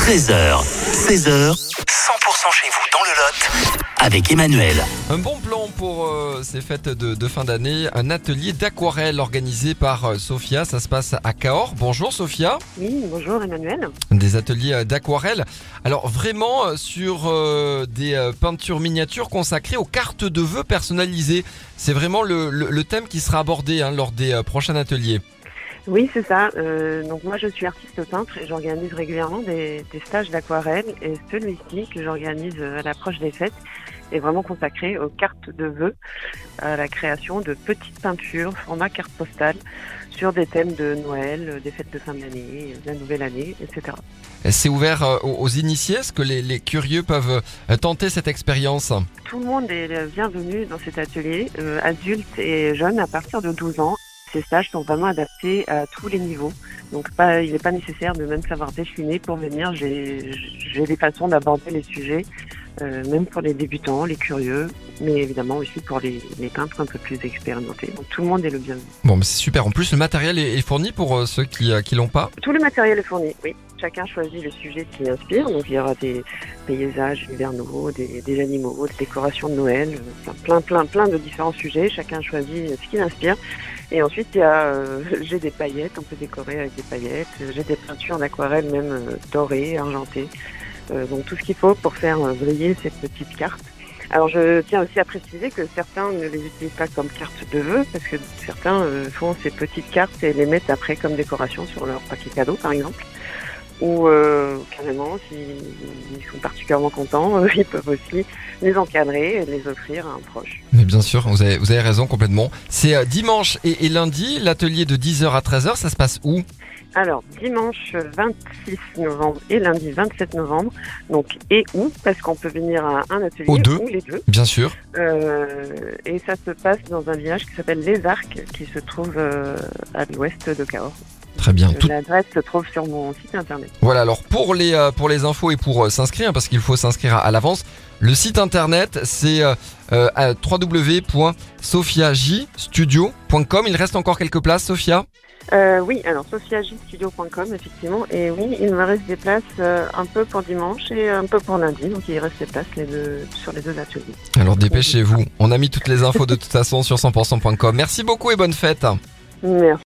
13h, 16h, 100% chez vous dans le Lot avec Emmanuel. Un bon plan pour ces fêtes de fin d'année, un atelier d'aquarelle organisé par Sophia, ça se passe à Cahors. Bonjour Sophia. Oui, bonjour Emmanuel. Des ateliers d'aquarelle, alors vraiment sur des peintures miniatures consacrées aux cartes de vœux personnalisées. C'est vraiment le thème qui sera abordé lors des prochains ateliers. Oui, c'est ça. Donc moi, je suis artiste peintre et j'organise régulièrement des stages d'aquarelle. Et celui-ci que j'organise à l'approche des fêtes est vraiment consacré aux cartes de vœux, à la création de petites peintures format carte postale sur des thèmes de Noël, des fêtes de fin d'année, de la nouvelle année, etc. C'est ouvert aux initiés. Est-ce que les curieux peuvent tenter cette expérience ? Tout le monde est bienvenu dans cet atelier, adultes et jeunes à partir de 12 ans. Ces stages sont vraiment adaptés à tous les niveaux. Donc il n'est pas nécessaire de même savoir dessiner pour venir. J'ai des façons d'aborder les sujets, même pour les débutants, les curieux, mais évidemment aussi pour les peintres un peu plus expérimentés. Donc tout le monde est le bienvenu. Bon, mais c'est super. En plus, le matériel est fourni pour ceux qui l'ont pas. Tout le matériel est fourni, oui. Chacun choisit le sujet qui l'inspire. Donc il y aura des paysages hivernaux, des animaux, des décorations de Noël, plein de différents sujets. Chacun choisit ce qui l'inspire. Et ensuite, j'ai des paillettes, on peut décorer avec des paillettes. J'ai des peintures en aquarelle, même dorées, argentées. Donc tout ce qu'il faut pour faire briller ces petites cartes. Alors je tiens aussi à préciser que certains ne les utilisent pas comme cartes de vœux, parce que certains font ces petites cartes et les mettent après comme décoration sur leur paquet cadeau, par exemple. Ou carrément, s'ils sont particulièrement contents, ils peuvent aussi les encadrer et les offrir à un proche. Mais bien sûr, vous avez raison complètement. C'est dimanche et lundi, l'atelier de 10h à 13h, ça se passe où ? Alors, dimanche 26 novembre et lundi 27 novembre, donc et où, parce qu'on peut venir à un atelier ou les deux. Bien sûr. Et ça se passe dans un village qui s'appelle Les Arcs, qui se trouve à l'ouest de Cahors. Très bien. L'adresse se trouve sur mon site internet. Voilà, alors pour les infos et pour s'inscrire, parce qu'il faut s'inscrire à l'avance, le site internet c'est www.sophiajstudio.com. Il reste encore quelques places, Sophia ? Oui, alors sophiajstudio.com effectivement, et oui, il me reste des places un peu pour dimanche et un peu pour lundi, donc il reste des places sur les deux ateliers. Alors dépêchez-vous, on a mis toutes les infos de toute façon sur 100%.com. Merci beaucoup et bonne fête. Merci.